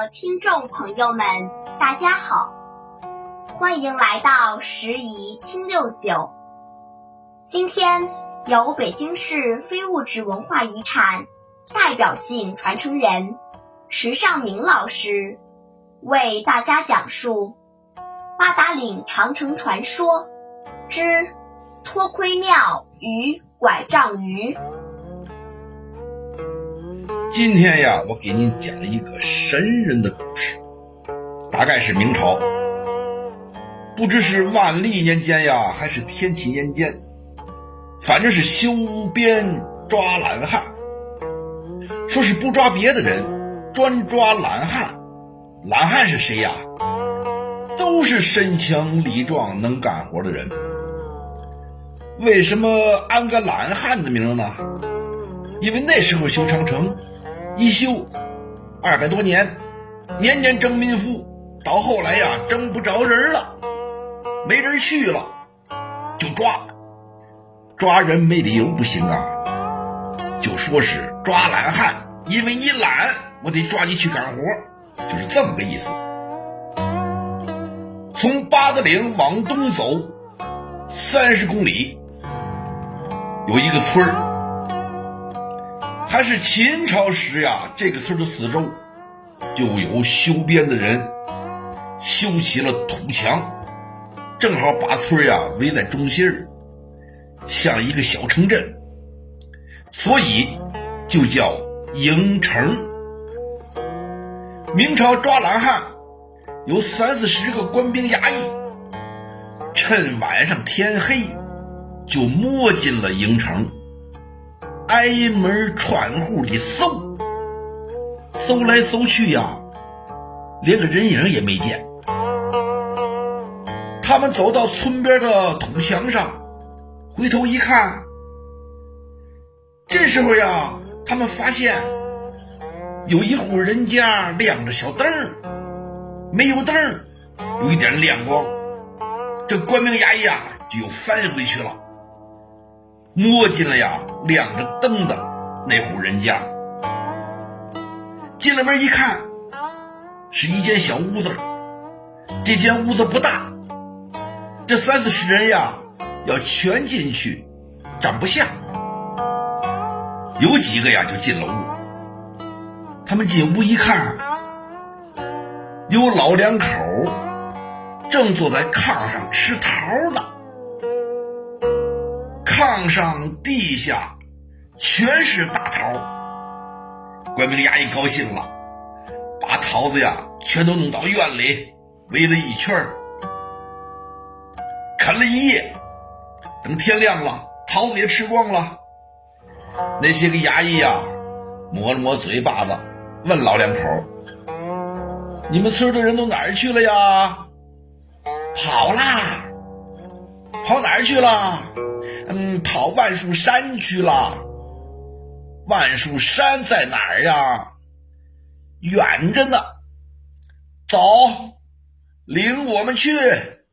听众朋友们，大家好，欢迎来到时宜听六九。今天由北京市非物质文化遗产代表性传承人池尚明老师为大家讲述八达岭长城传说之托亏庙与拐杖鱼。 今天呀，我给您讲一个神人的故事，大概是明朝，不知是万历年间呀，还是天启年间，反正是修边抓懒汉，说是不抓别的人，专抓懒汉。懒汉是谁呀？都是身强力壮能干活的人。为什么安个懒汉的名呢？因为那时候修长城一修200多年，年年征民妇，到后来呀征不着人了，没人去了，就抓人没理由不行啊，就说是抓懒汉，因为你懒，我得抓你去干活，就是这么个意思。从八达岭往东走30公里，有一个村儿，还是秦朝时呀，这个村的四周就有修边的人修起了土墙，正好把村呀围在中心，像一个小城镇，所以就叫营城。明朝抓懒汉有30-40个官兵衙役，趁晚上天黑就摸进了营城，挨门串户地搜来搜去呀，连个人影也没见。他们走到村边的土墙上，回头一看，这时候呀，他们发现有一户人家亮着小灯，没有灯，有一点亮光。这官兵衙役呀就又翻回去了，摸进了呀亮着灯的那户人家。进了门一看，是一间小屋子，这间屋子不大，这30-40人呀要全进去站不下，有几个呀就进了屋。他们进屋一看，有老两口正坐在炕上吃桃呢，炕上地下全是大桃。官兵衙役高兴了，把桃子呀全都弄到院里围了一圈，啃了一夜。等天亮了，桃子也吃光了。那些个衙役呀摸了摸嘴巴子，问老两口，你们村的人都哪儿去了呀？跑啦。跑哪儿去了？跑万树山去了。万树山在哪儿呀？远着呢。走，领我们去。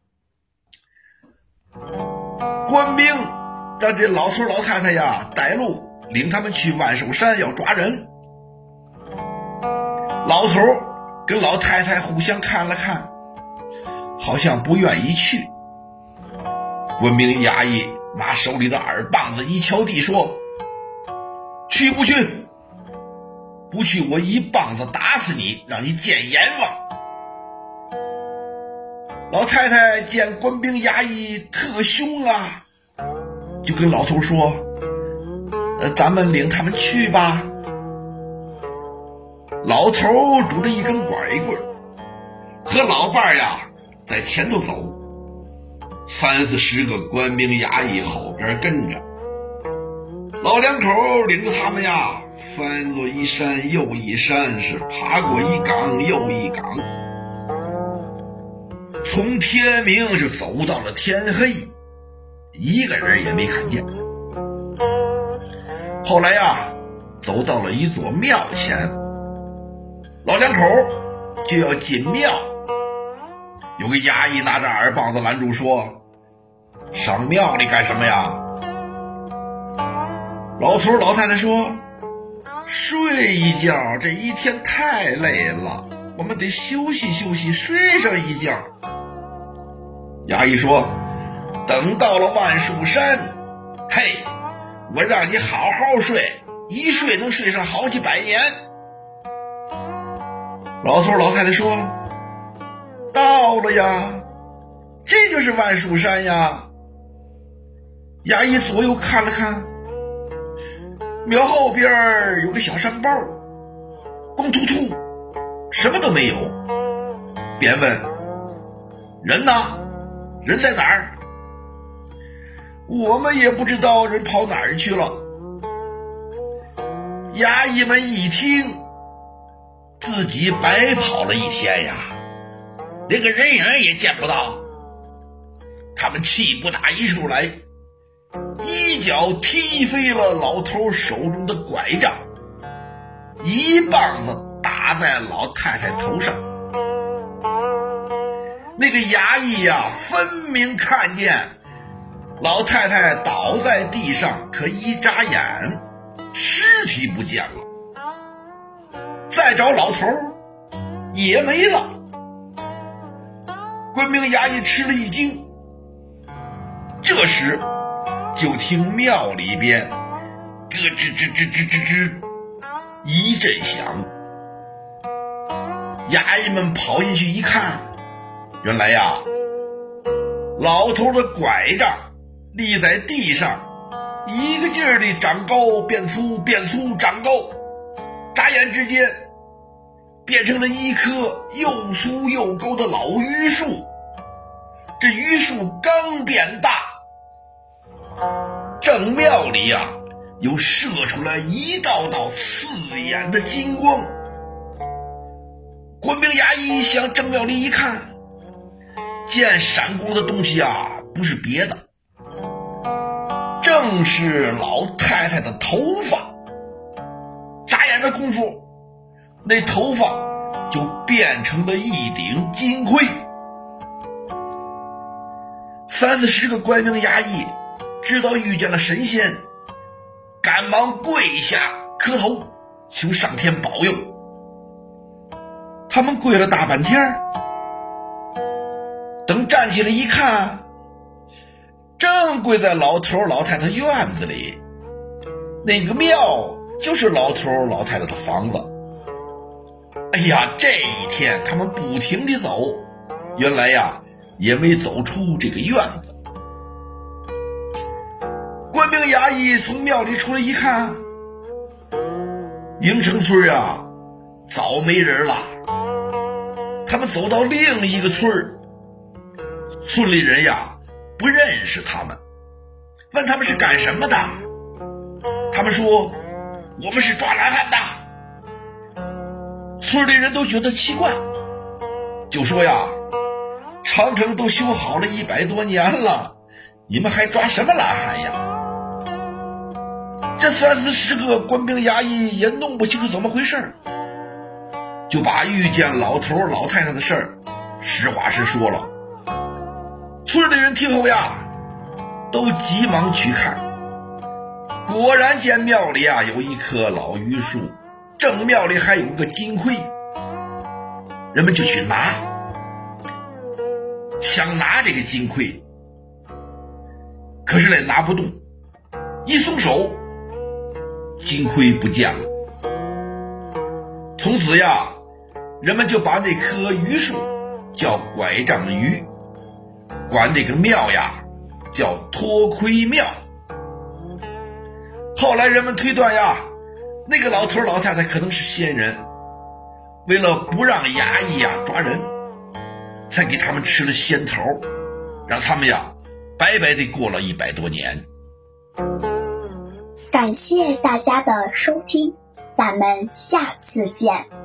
官兵让这老头老太太呀带路，领他们去万寿山要抓人。老头跟老太太互相看了看，好像不愿意去。官兵衙役拿手里的耳棒子一敲地，说，去不去？不去我一棒子打死你，让你见阎王。老太太见官兵衙役特凶啊，就跟老头说，咱们领他们去吧。老头拄着一根拐棍，和老伴呀在前头走，30-40个官兵衙役后边跟着。老两口领着他们呀翻过一山又一山，是爬过一岗又一岗，从天明是走到了天黑，一个人也没看见。后来呀走到了一座庙前，老两口就要进庙，有个衙役拿着耳棒子拦住，说，上庙里干什么呀？老头老太太说，睡一觉，这一天太累了， 我们得休息休息，睡上一觉。衙役说，等到了万寿山，嘿，我让你好好睡，一睡能睡上好几百年。老头老太太说，到了呀，这就是万寿山呀。衙役左右看了看，庙后边有个小山包，光秃秃，什么都没有。便问，人呢？人在哪儿？我们也不知道人跑哪儿去了。衙役们一听，自己白跑了一天呀，连个人影也见不到。他们气不打一处来，一脚踢飞了老头手中的拐杖，一棒子打在老太太头上。那个衙役呀，分明看见老太太倒在地上，可一眨眼，尸体不见了。再找老头也没了。官兵衙役吃了一惊，这时就听庙里边咯吱吱吱吱吱吱一阵响。衙役们跑进去一看，原来呀，老头的拐杖立在地上，一个劲儿地长高变粗，变粗长高，眨眼之间变成了一棵又粗又高的老榆树。这榆树刚变大，正庙里呀，又射出来一道道刺眼的金光。官兵衙役向正庙里一看，见闪光的东西啊，不是别的，正是老太太的头发。眨眼的功夫，那头发就变成了一顶金盔。30-40个官兵衙役知道遇见了神仙，赶忙跪下磕头，求上天保佑。他们跪了大半天，等站起来一看，正跪在老头老太太院子里，那个庙就是老头老太太的房子。哎呀，这一天他们不停地走，原来呀也没走出这个院子。官兵衙役从庙里出来一看，营城村啊早没人了。他们走到另一个村，村里人呀不认识他们，问他们是干什么的。他们说，我们是抓懒汉的。村里人都觉得奇怪，就说呀，长城都修好了100多年了，你们还抓什么懒汉呀？这30-40个官兵衙役也弄不清楚怎么回事，就把遇见老头老太太的事儿实话实说了。村里人听后呀，都急忙去看，果然见庙里啊有一棵老榆树，正庙里还有个金盔。人们就去拿，想拿这个金盔，可是拿不动，一松手，金盔不见了。从此呀，人们就把那棵榆树叫拐杖榆，管这个庙呀叫脱盔庙。后来人们推断呀，那个老头老太太可能是仙人，为了不让衙役呀抓人，才给他们吃了仙桃，让他们呀白白地过了100多年。 感谢大家的收听，咱们下次见。